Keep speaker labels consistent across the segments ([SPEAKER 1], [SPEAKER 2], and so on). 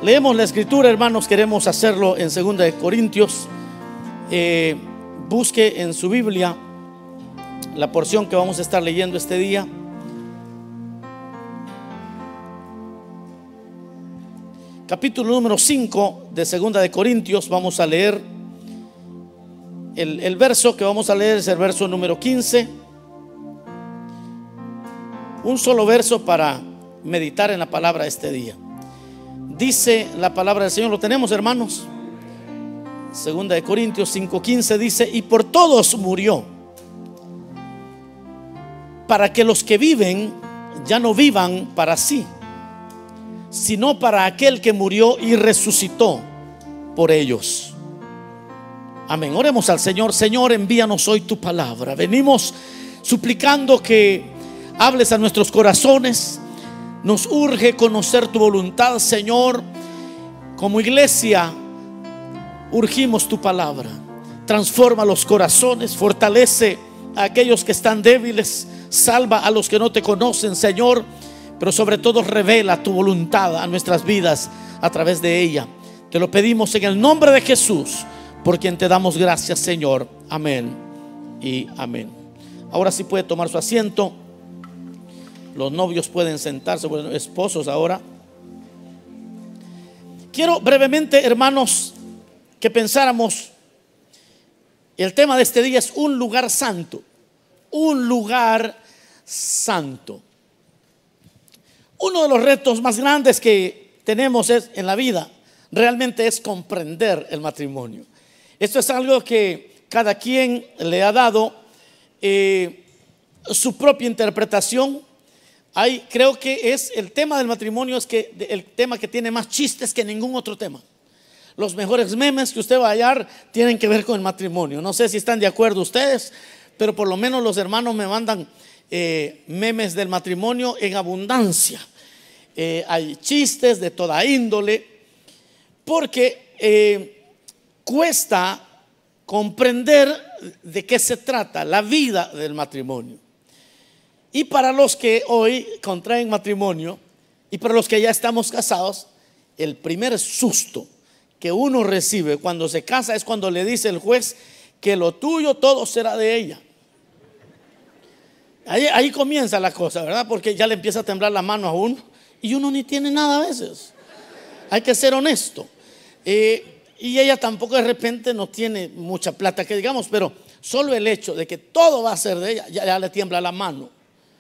[SPEAKER 1] Leemos la escritura, hermanos, queremos hacerlo en 2 Corintios. Busque en su Biblia la porción que vamos a estar leyendo este día. Capítulo número 5 de 2 Corintios. Vamos a leer el verso que vamos a leer, es el verso número 15. Un solo verso para meditar en la palabra este día. Dice la palabra del Señor, ¿lo tenemos, hermanos? 2 Corintios 5:15 dice: y por todos murió, para que los que viven ya no vivan para sí, sino para aquel que murió y resucitó por ellos. Amén. Oremos al Señor. Señor, envíanos hoy tu palabra. Venimos suplicando que hables a nuestros corazones. Nos urge conocer tu voluntad, Señor. Como iglesia urgimos tu palabra. Transforma los corazones, fortalece a aquellos que están débiles, salva a los que no te conocen, Señor. Pero sobre todo revela tu voluntad a nuestras vidas a través de ella. Te lo pedimos en el nombre de Jesús, por quien te damos gracias, Señor. Amén y amén. Ahora sí puede tomar su asiento. Los novios pueden sentarse, bueno, esposos ahora. Quiero brevemente, hermanos, que pensáramos. El tema de este día es un lugar santo. Un lugar santo. Uno de los retos más grandes que tenemos en la vida realmente es comprender el matrimonio. Esto es algo que cada quien le ha dado su propia interpretación. Creo que es el tema del matrimonio, es que el tema que tiene más chistes que ningún otro tema. Los mejores memes que usted va a hallar tienen que ver con el matrimonio. No sé si están de acuerdo ustedes, pero por lo menos los hermanos me mandan memes del matrimonio en abundancia. Hay chistes de toda índole, porque cuesta comprender de qué se trata la vida del matrimonio. Y para los que hoy contraen matrimonio y para los que ya estamos casados, el primer susto que uno recibe cuando se casa es cuando le dice el juez que lo tuyo todo será de ella. Ahí comienza la cosa, ¿verdad? Porque ya le empieza a temblar la mano a uno y uno ni tiene nada a veces. Hay que ser honesto. Y ella tampoco de repente no tiene mucha plata que digamos, pero solo el hecho de que todo va a ser de ella ya le tiembla la mano.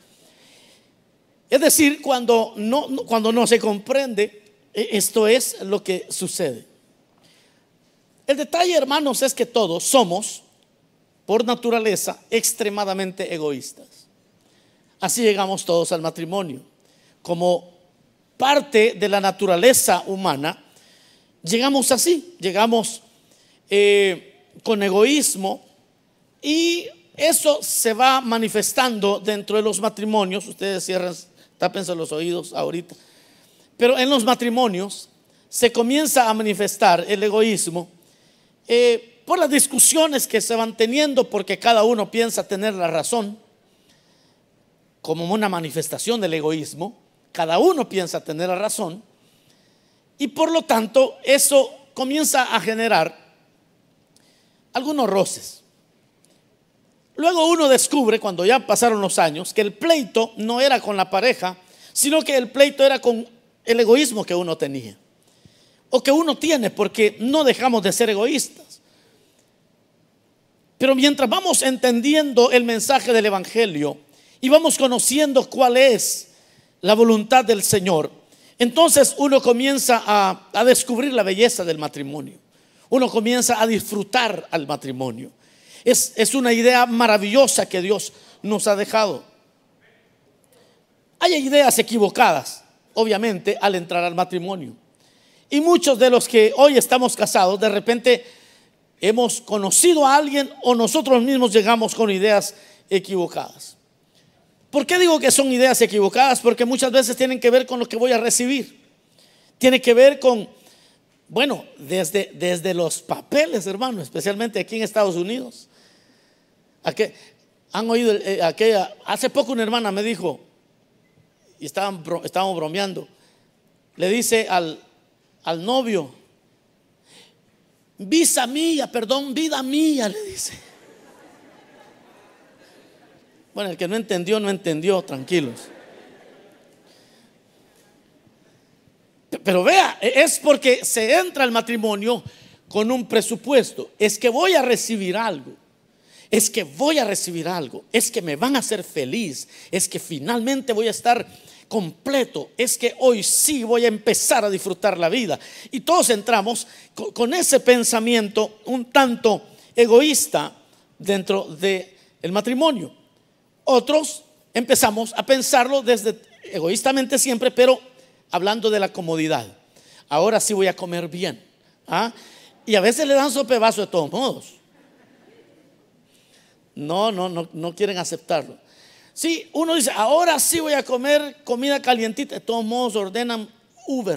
[SPEAKER 1] Es decir, cuando no se comprende, esto es lo que sucede. El detalle, hermanos, es que todos somos, por naturaleza, extremadamente egoístas. Así llegamos todos al matrimonio. Como parte de la naturaleza humana, llegamos así, llegamos con egoísmo, y eso se va manifestando dentro de los matrimonios. Ustedes tápense los oídos ahorita. Pero en los matrimonios se comienza a manifestar el egoísmo por las discusiones que se van teniendo, porque cada uno piensa tener la razón. Como una manifestación del egoísmo, cada uno piensa tener la razón, y por lo tanto eso comienza a generar algunos roces. Luego uno descubre, cuando ya pasaron los años, que el pleito no era con la pareja, sino que el pleito era con el egoísmo que uno tenía o que uno tiene, porque no dejamos de ser egoístas. Pero mientras vamos entendiendo el mensaje del evangelio y vamos conociendo cuál es la voluntad del Señor, entonces uno comienza a descubrir la belleza del matrimonio. Uno comienza a disfrutar al matrimonio. Es una idea maravillosa que Dios nos ha dejado. Hay ideas equivocadas, obviamente, al entrar al matrimonio. Y muchos de los que hoy estamos casados, de repente hemos conocido a alguien o nosotros mismos llegamos con ideas equivocadas. ¿Por qué digo que son ideas equivocadas? Porque muchas veces tienen que ver con lo que voy a recibir. Tiene que ver con, bueno, desde los papeles, hermano, especialmente aquí en Estados Unidos. Han oído hace poco una hermana me dijo, y estábamos bromeando, le dice al novio: vida mía, le dice. Bueno, el que no entendió, no entendió, tranquilos. Pero vea, es porque se entra al matrimonio con un presupuesto. Es que voy a recibir algo. Es que voy a recibir algo. Es que me van a hacer feliz. Es que finalmente voy a estar completo. Es que hoy sí voy a empezar a disfrutar la vida. Y todos entramos con ese pensamiento un tanto egoísta dentro del matrimonio. Otros empezamos a pensarlo desde egoístamente siempre, pero hablando de la comodidad. Ahora sí voy a comer bien. Y a veces le dan sopevazo de todos modos. No quieren aceptarlo. Sí, uno dice: ahora sí voy a comer comida calientita. De todos modos ordenan Uber.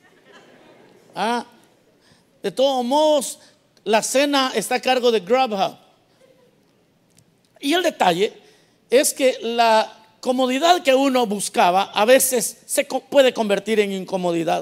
[SPEAKER 1] De todos modos la cena está a cargo de Grubhub. Y el detalle es que la comodidad que uno buscaba a veces se puede convertir en incomodidad.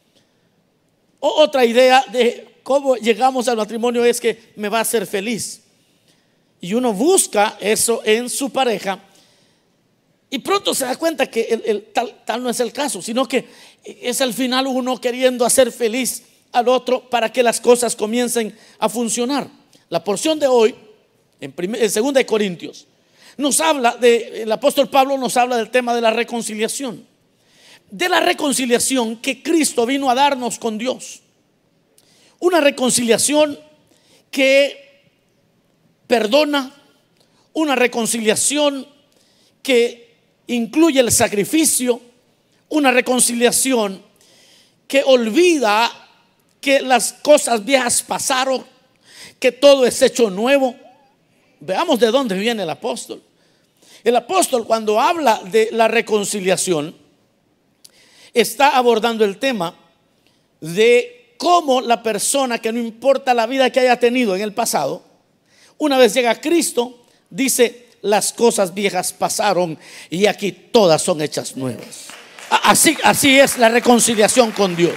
[SPEAKER 1] Otra idea de cómo llegamos al matrimonio es que me va a hacer feliz. Y uno busca eso en su pareja y pronto se da cuenta que tal no es el caso, sino que es al final uno queriendo hacer feliz al otro para que las cosas comiencen a funcionar. La porción de hoy, en 2 de Corintios, nos habla el apóstol Pablo nos habla del tema de la reconciliación. De la reconciliación que Cristo vino a darnos con Dios. Una reconciliación que perdona, una reconciliación que incluye el sacrificio, una reconciliación que olvida que las cosas viejas pasaron, que todo es hecho nuevo. Veamos de dónde viene el apóstol. El apóstol, cuando habla de la reconciliación, está abordando el tema de cómo la persona, que no importa la vida que haya tenido en el pasado, una vez llega a Cristo, dice: las cosas viejas pasaron y aquí todas son hechas nuevas. Así es la reconciliación con Dios.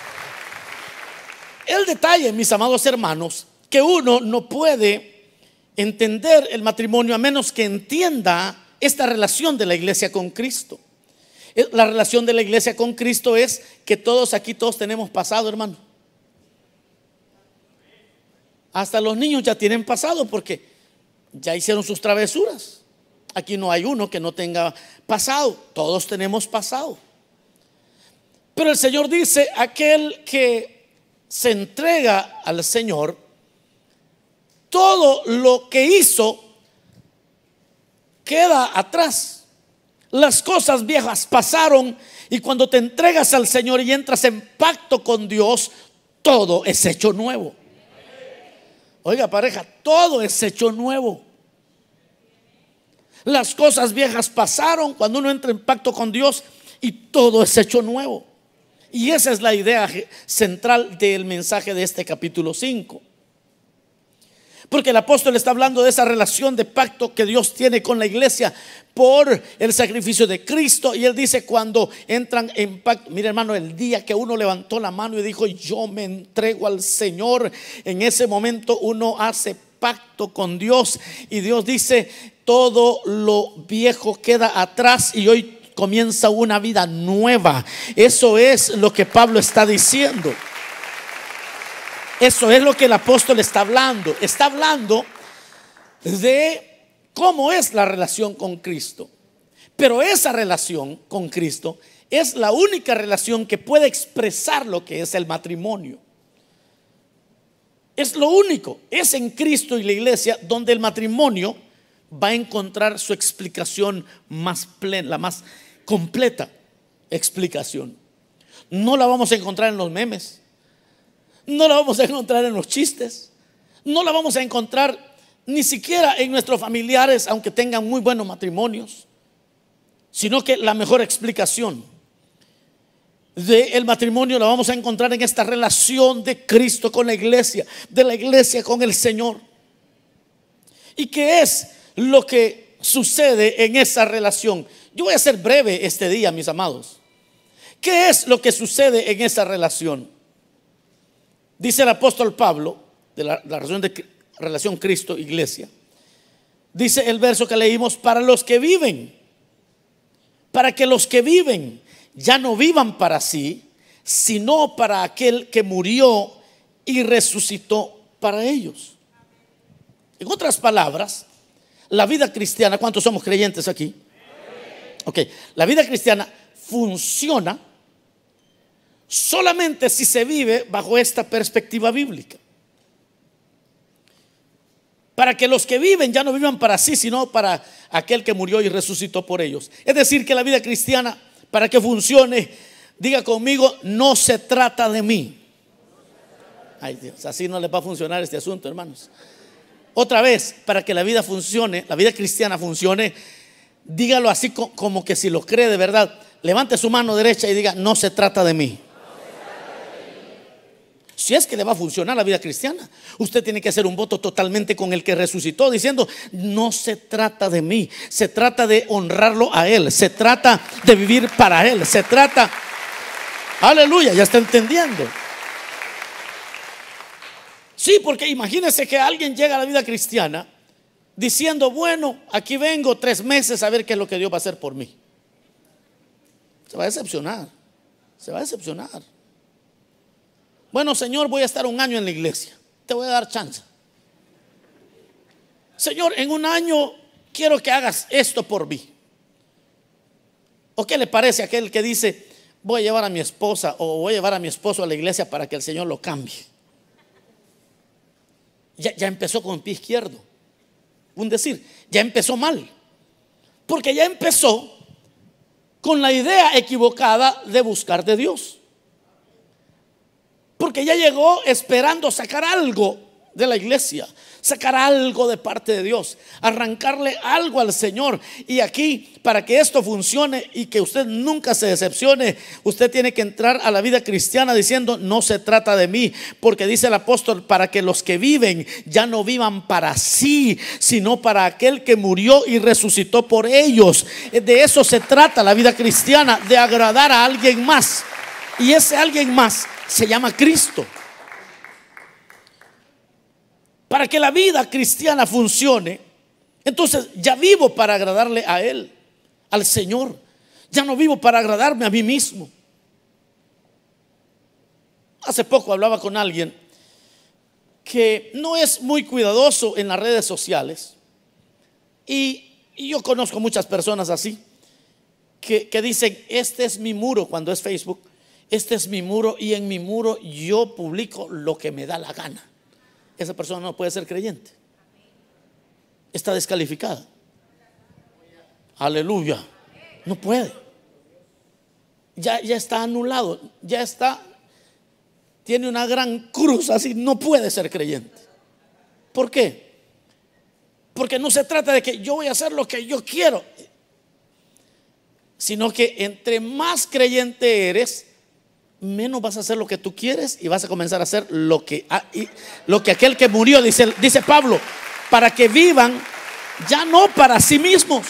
[SPEAKER 1] El detalle, mis amados hermanos, que uno no puede entender el matrimonio a menos que entienda esta relación de la iglesia con Cristo. La relación de la iglesia con Cristo es que todos tenemos pasado, hermano. Hasta los niños ya tienen pasado porque ya hicieron sus travesuras. Aquí no hay uno que no tenga pasado. Todos tenemos pasado. Pero el Señor dice: aquel que se entrega al Señor, todo lo que hizo queda atrás. Las cosas viejas pasaron, y cuando te entregas al Señor y entras en pacto con Dios, todo es hecho nuevo. Oiga, pareja, todo es hecho nuevo. Las cosas viejas pasaron cuando uno entra en pacto con Dios y todo es hecho nuevo. Y esa es la idea central del mensaje de este capítulo 5. Porque el apóstol está hablando de esa relación de pacto que Dios tiene con la iglesia por el sacrificio de Cristo. Y él dice: cuando entran en pacto, mire, hermano, el día que uno levantó la mano y dijo: yo me entrego al Señor, en ese momento uno hace pacto con Dios. Y Dios dice: todo lo viejo queda atrás y hoy comienza una vida nueva. Eso es lo que Pablo está diciendo. Eso es lo que el apóstol está hablando. Está hablando de cómo es la relación con Cristo. Pero esa relación con Cristo es la única relación que puede expresar lo que es el matrimonio. Es lo único. Es en Cristo y la iglesia donde el matrimonio va a encontrar su explicación más plena, la más completa explicación. No la vamos a encontrar en los memes. No la vamos a encontrar en los chistes. No la vamos a encontrar ni siquiera en nuestros familiares, aunque tengan muy buenos matrimonios. Sino que la mejor explicación del matrimonio la vamos a encontrar en esta relación de Cristo con la iglesia, de la iglesia con el Señor. ¿Y qué es lo que sucede en esa relación? Yo voy a ser breve este día, mis amados. ¿Qué es lo que sucede en esa relación? Dice el apóstol Pablo, de la relación Cristo-Iglesia, dice el verso que leímos: para los que viven, para que los que viven ya no vivan para sí, sino para aquel que murió y resucitó para ellos. En otras palabras, la vida cristiana, ¿cuántos somos creyentes aquí? Ok, la vida cristiana funciona solamente si se vive bajo esta perspectiva bíblica. Para que los que viven ya no vivan para sí, sino para aquel que murió y resucitó por ellos. Es decir, que la vida cristiana, para que funcione, diga conmigo: no se trata de mí. Ay Dios, así no les va a funcionar este asunto, hermanos. Otra vez, para que la vida funcione, la vida cristiana funcione, dígalo así como que si lo cree de verdad. Levante su mano derecha y diga: no se trata de mí. Si es que le va a funcionar la vida cristiana, usted tiene que hacer un voto totalmente con el que resucitó, diciendo: no se trata de mí, se trata de honrarlo a Él, se trata de vivir para Él, se trata, aleluya, ya está entendiendo. Sí, porque imagínese que alguien llega a la vida cristiana diciendo: bueno, aquí vengo 3 meses a ver qué es lo que Dios va a hacer por mí. Se va a decepcionar, se va a decepcionar. Bueno, Señor, voy a estar 1 año en la iglesia, te voy a dar chance. Señor, en 1 año quiero que hagas esto por mí. ¿O qué le parece a aquel que dice: voy a llevar a mi esposa o voy a llevar a mi esposo a la iglesia para que el Señor lo cambie? Ya empezó con el pie izquierdo. Un decir, ya empezó mal, porque ya empezó con la idea equivocada de buscar de Dios. Porque ya llegó esperando sacar algo de la iglesia, sacar algo de parte de Dios, arrancarle algo al Señor. Y aquí, para que esto funcione y que usted nunca se decepcione, usted tiene que entrar a la vida cristiana diciendo: no se trata de mí, porque dice el apóstol: para que los que viven ya no vivan para sí, sino para aquel que murió y resucitó por ellos. De eso se trata la vida cristiana, de agradar a alguien más, y ese alguien más se llama Cristo. Para que la vida cristiana funcione, entonces ya vivo para agradarle a Él, al Señor. Ya no vivo para agradarme a mí mismo. Hace poco hablaba con alguien que no es muy cuidadoso en las redes sociales, y yo conozco muchas personas así que dicen: este es mi muro. Cuando es Facebook, este es mi muro, y en mi muro yo publico lo que me da la gana. Esa persona no puede ser creyente, está descalificada. Aleluya, no puede. Ya está anulado, ya está, tiene una gran cruz así, no puede ser creyente. ¿Por qué? Porque no se trata de que yo voy a hacer lo que yo quiero, sino que entre más creyente eres, menos vas a hacer lo que tú quieres y vas a comenzar a hacer lo que aquel que murió, dice Pablo, para que vivan ya no para sí mismos.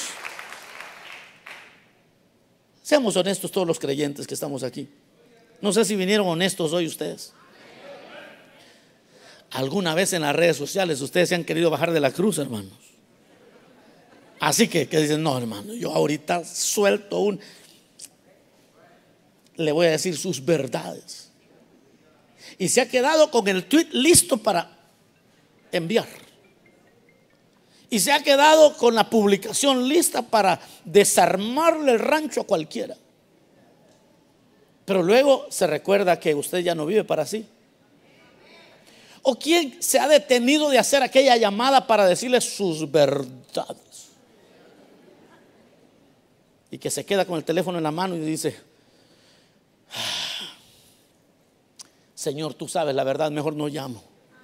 [SPEAKER 1] Seamos honestos todos los creyentes que estamos aquí. No sé si vinieron honestos hoy ustedes. Alguna vez en las redes sociales ustedes se han querido bajar de la cruz, hermanos. Así que dicen: no, hermano, yo ahorita suelto le voy a decir sus verdades. Y se ha quedado con el tweet listo para enviar. Y se ha quedado con la publicación lista para desarmarle el rancho a cualquiera. Pero luego se recuerda que usted ya no vive para sí. ¿O quién se ha detenido de hacer aquella llamada para decirle sus verdades? Y que se queda con el teléfono en la mano y dice: Señor, tú sabes la verdad, mejor no llamo.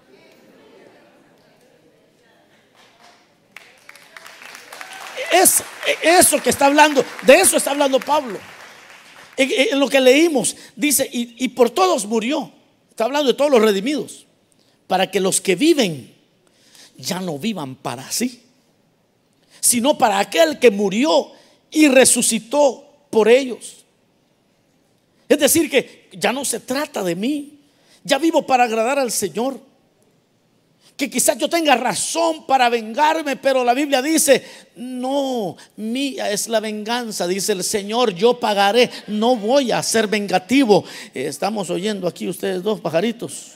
[SPEAKER 1] Es eso que está hablando, de eso está hablando Pablo. En lo que leímos, dice: y por todos murió. Está hablando de todos los redimidos, para que los que viven ya no vivan para sí, sino para aquel que murió y resucitó por ellos. Es decir, que ya no se trata de mí, Ya vivo para agradar al Señor. Que quizás yo tenga razón para vengarme, pero la Biblia dice: no, mía es la venganza, dice el Señor, yo pagaré, no voy a ser vengativo. Estamos oyendo aquí ustedes dos pajaritos.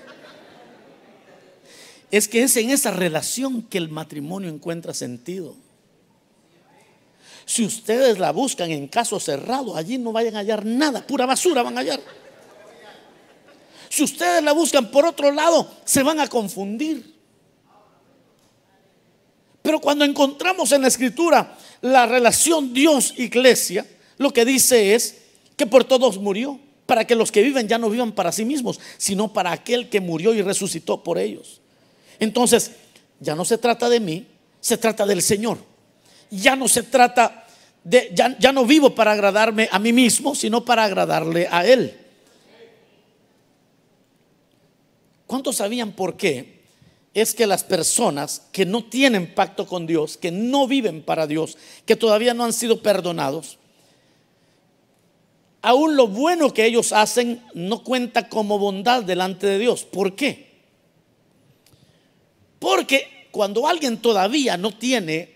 [SPEAKER 1] Es que es en esa relación que el matrimonio encuentra sentido. Si ustedes la buscan en caso cerrado, allí no vayan a hallar nada, pura basura van a hallar. Si ustedes la buscan por otro lado, se van a confundir. Pero cuando encontramos en la Escritura la relación Dios-iglesia, lo que dice es que por todos murió, para que los que viven ya no vivan para sí mismos, sino para aquel que murió y resucitó por ellos. Entonces, ya no se trata de mí, se trata del Señor. Ya no se trata de, ya no vivo para agradarme a mí mismo, sino para agradarle a Él. ¿Cuántos sabían por qué es que las personas que no tienen pacto con Dios, que no viven para Dios, que todavía no han sido perdonados, aún lo bueno que ellos hacen no cuenta como bondad delante de Dios? ¿Por qué? Porque cuando alguien todavía no tiene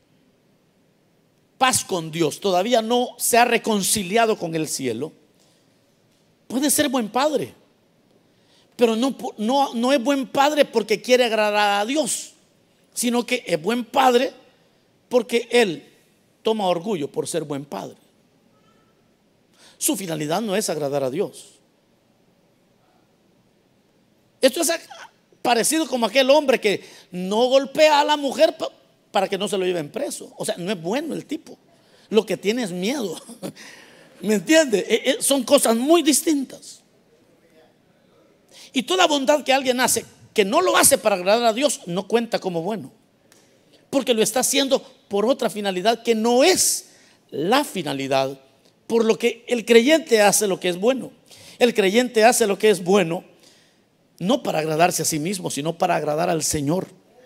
[SPEAKER 1] paz con Dios, todavía no se ha reconciliado con el cielo, puede ser buen padre, pero no es buen padre porque quiere agradar a Dios, sino que es buen padre porque él toma orgullo por ser buen padre. Su finalidad no es agradar a Dios. Esto es parecido como aquel hombre que no golpea a la mujer para que no se lo lleven preso. O sea, no es bueno el tipo, lo que tiene es miedo. ¿Me entiende? Son cosas muy distintas. Y toda bondad que alguien hace, que no lo hace para agradar a Dios, no cuenta como bueno, porque lo está haciendo por otra finalidad que no es la finalidad por lo que el creyente hace lo que es bueno. El creyente hace lo que es bueno no para agradarse a sí mismo, sino para agradar al Señor.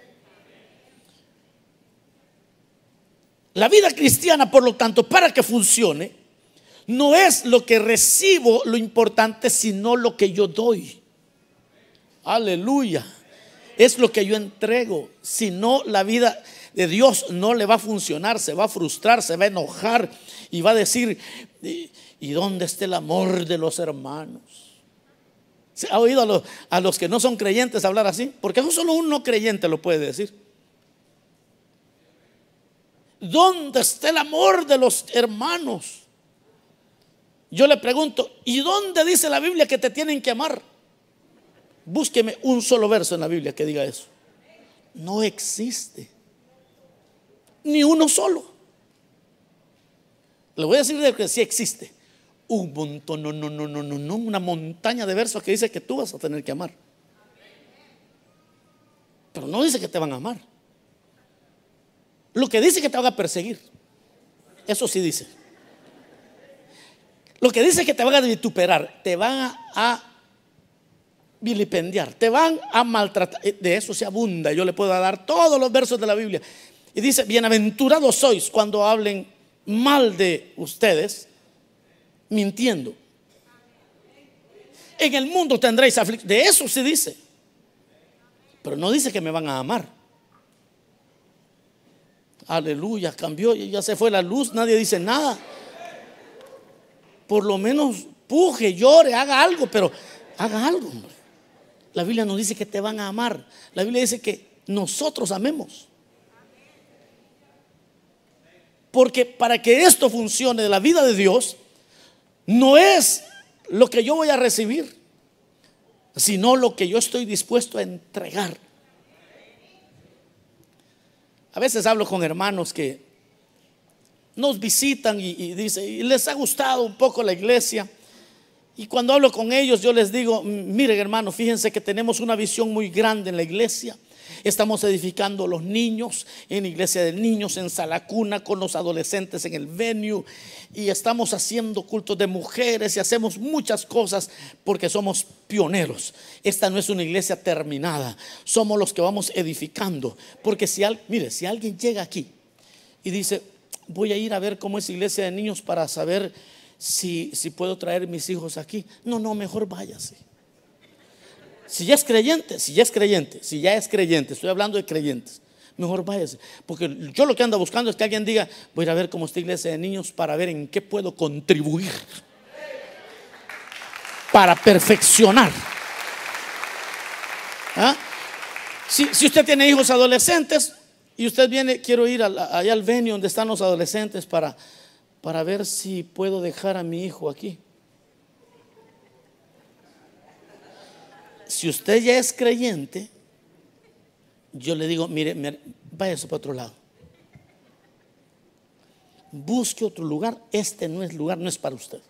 [SPEAKER 1] La vida cristiana, por lo tanto, para que funcione, no es lo que recibo lo importante, sino lo que yo doy. Aleluya. Es lo que yo entrego. Si no, la vida de Dios no le va a funcionar, se va a frustrar, se va a enojar y va a decir: ¿y dónde está el amor de los hermanos? ¿Se ha oído a los que no son creyentes hablar así? Porque eso solo un no creyente lo puede decir. ¿Dónde está el amor de los hermanos? Yo le pregunto: ¿y dónde dice la Biblia que te tienen que amar? Búsqueme un solo verso en la Biblia que diga eso. No existe, ni uno solo. Le voy a decir de que sí existe un montón, no, una montaña de versos que dice que tú vas a tener que amar, pero no dice que te van a amar. Lo que dice que te van a perseguir, eso sí dice. Lo que dice que te van a vituperar, te van a vilipendiar, te van a maltratar. De eso se abunda. Yo le puedo dar todos los versos de la Biblia. Y dice: bienaventurados sois cuando hablen mal de ustedes, mintiendo. En el mundo tendréis aflicción. De eso se dice. Pero no dice que me van a amar. Aleluya, cambió, ya se fue la luz, nadie dice nada. Por lo menos puje, llore, haga algo, pero haga algo, hombre. La Biblia no dice que te van a amar. La Biblia dice que nosotros amemos. Porque para que esto funcione de la vida de Dios, no es lo que yo voy a recibir, sino lo que yo estoy dispuesto a entregar. A veces hablo con hermanos que nos visitan y dice, y les ha gustado un poco la iglesia. Y cuando hablo con ellos, yo les digo: miren, hermano, fíjense que tenemos una visión muy grande en la iglesia. Estamos edificando los niños en iglesia de niños, en sala cuna, con los adolescentes en el venue, y estamos haciendo cultos de mujeres y hacemos muchas cosas porque somos pioneros. Esta no es una iglesia terminada, somos los que vamos edificando. Porque si alguien llega aquí y dice: voy a ir a ver cómo es iglesia de niños para saber si puedo traer mis hijos aquí. No, mejor váyase. Si ya es creyente, si ya es creyente, si ya es creyente, estoy hablando de creyentes, mejor váyase. Porque yo lo que ando buscando es que alguien diga: voy a ir a ver cómo está iglesia de niños para ver en qué puedo contribuir para perfeccionar. ¿Ah? Si usted tiene hijos adolescentes y usted viene: quiero ir allá al venue donde están los adolescentes para ver si puedo dejar a mi hijo aquí. Si usted ya es creyente, yo le digo: mire, váyase para otro lado, busque otro lugar. Este no es lugar, no es para usted.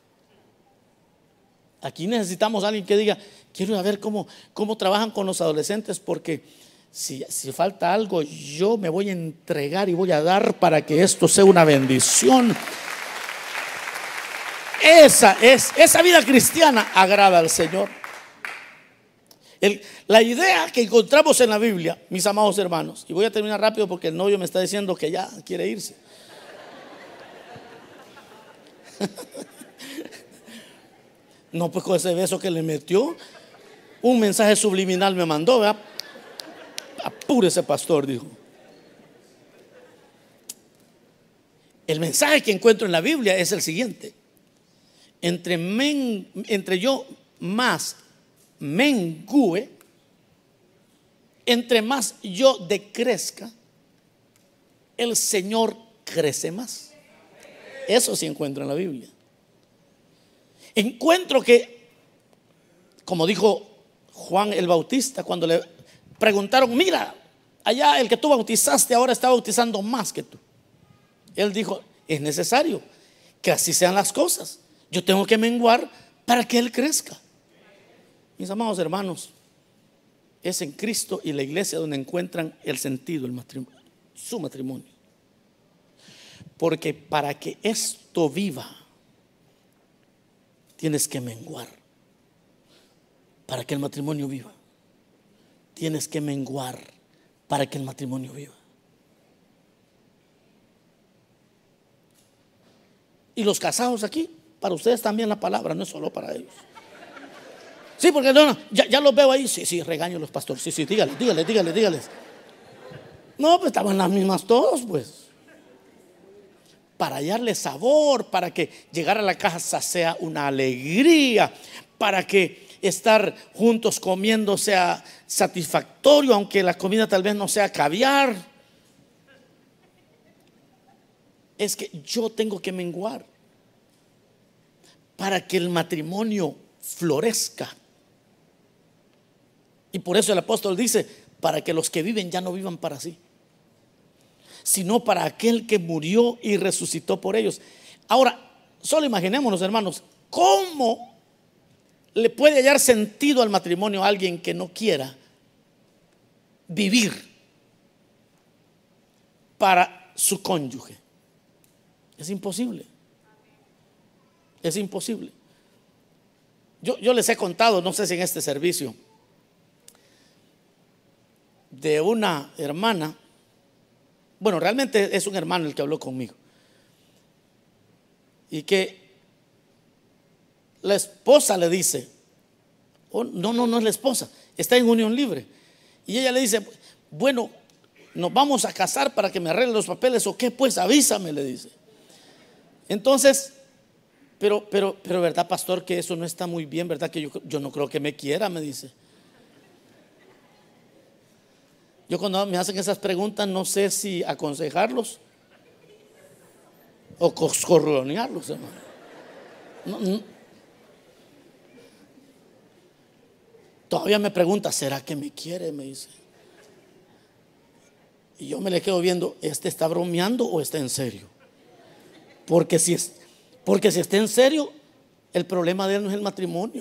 [SPEAKER 1] Aquí necesitamos a alguien que diga: quiero ir a ver cómo trabajan con los adolescentes, porque si falta algo, yo me voy a entregar y voy a dar para que esto sea una bendición. Esa vida cristiana agrada al Señor. La idea que encontramos en la Biblia, mis amados hermanos, y voy a terminar rápido porque el novio me está diciendo que ya quiere irse. No, pues con ese beso que le metió, un mensaje subliminal me mandó, ¿verdad? Apúrese, pastor, dijo. El mensaje que encuentro en la Biblia es el siguiente: entre yo más mengüe, entre más yo decrezca, el Señor crece más. Eso sí encuentro en la Biblia. Encuentro que, como dijo Juan el Bautista cuando le preguntaron: mira, allá el que tú bautizaste ahora está bautizando más que tú. Él dijo: es necesario que así sean las cosas. Yo tengo que menguar para que Él crezca. Mis amados hermanos, es en Cristo y la iglesia donde encuentran el sentido, el matrimonio, su matrimonio. Porque para que esto viva, tienes que menguar. Para que el matrimonio viva, tienes que menguar para que el matrimonio viva. Y los casados aquí, para ustedes también la palabra, no es solo para ellos. Sí, porque ya los veo ahí. Sí, regaño a los pastores. Sí, dígales. No, pues estaban las mismas todos, pues. Para hallarle sabor, para que llegar a la casa sea una alegría, para que estar juntos comiendo sea satisfactorio, aunque la comida tal vez no sea caviar. Es que yo tengo que menguar para que el matrimonio florezca. Y por eso el apóstol dice: para que los que viven ya no vivan para sí, sino para aquel que murió y resucitó por ellos. Ahora, solo imaginémonos, hermanos, ¿cómo le puede hallar sentido al matrimonio a alguien que no quiera vivir para su cónyuge? Es imposible. Es imposible. Yo les he contado, no sé si en este servicio, de una hermana. Bueno, realmente es un hermano el que habló conmigo, y que la esposa le dice: oh, no es la esposa, está en unión libre. Y ella le dice: bueno, nos vamos a casar para que me arregle los papeles, o qué, pues avísame, le dice. Entonces, pero verdad, pastor, que eso no está muy bien, verdad, que yo no creo que me quiera, me dice. Yo cuando me hacen esas preguntas no sé si aconsejarlos o coscorronearlos, hermano. No. Todavía me pregunta: ¿será que me quiere? Me dice. Y yo me le quedo viendo: ¿este está bromeando o está en serio? Porque si está en serio, el problema de él no es el matrimonio.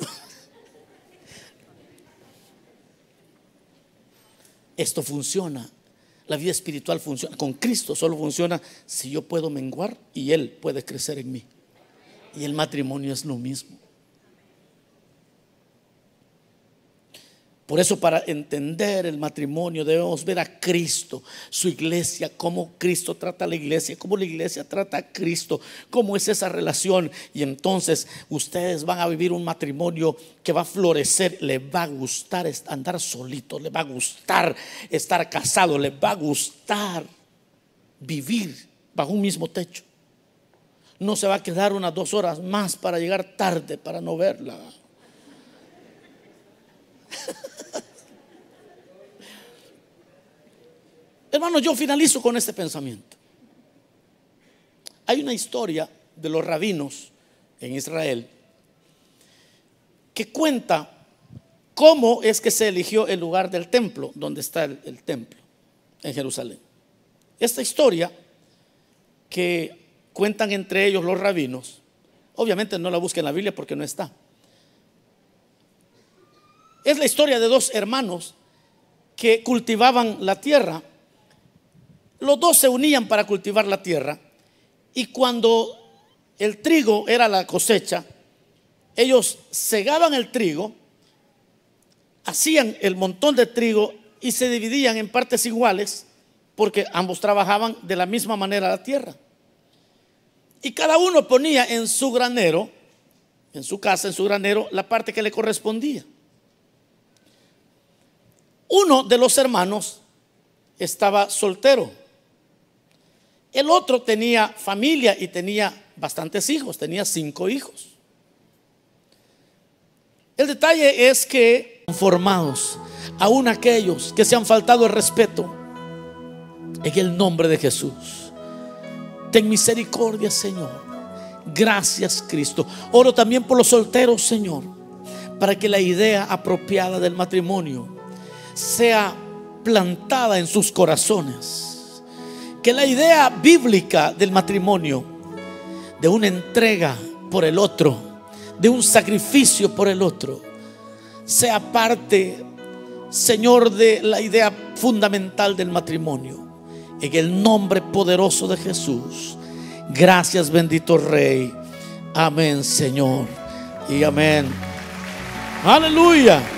[SPEAKER 1] Esto funciona, la vida espiritual funciona. Con Cristo solo funciona si yo puedo menguar y Él puede crecer en mí. Y el matrimonio es lo mismo. Por eso, para entender el matrimonio debemos ver a Cristo, su iglesia, cómo Cristo trata a la iglesia, cómo la iglesia trata a Cristo, cómo es esa relación. Y entonces ustedes van a vivir un matrimonio que va a florecer. Les va a gustar andar solitos, les va a gustar estar casados, les va a gustar vivir bajo un mismo techo. No se va a quedar unas 2 horas más para llegar tarde para no verla. Hermanos, yo finalizo con este pensamiento. Hay una historia de los rabinos en Israel que cuenta cómo es que se eligió el lugar del templo, donde está el templo en Jerusalén. Esta historia que cuentan entre ellos los rabinos, obviamente no la busquen en la Biblia porque no está. Es la historia de 2 hermanos que cultivaban la tierra. Los 2 se unían para cultivar la tierra, y cuando el trigo era la cosecha, ellos segaban el trigo, hacían el montón de trigo y se dividían en partes iguales, porque ambos trabajaban de la misma manera la tierra. Y cada uno ponía en su granero, en su casa, en su granero, la parte que le correspondía. Uno de los hermanos estaba soltero. El otro tenía familia y tenía bastantes hijos, tenía 5 hijos. El detalle es que conformados, aún aquellos que se han faltado el respeto, en el nombre de Jesús, ten misericordia, Señor. Gracias, Cristo. Oro también por los solteros, Señor, para que la idea apropiada del matrimonio sea plantada en sus corazones. Que la idea bíblica del matrimonio, de una entrega por el otro, de un sacrificio por el otro, sea parte, Señor, de la idea fundamental del matrimonio. En el nombre poderoso de Jesús. Gracias, bendito Rey. Amén, Señor, y amén. Aleluya.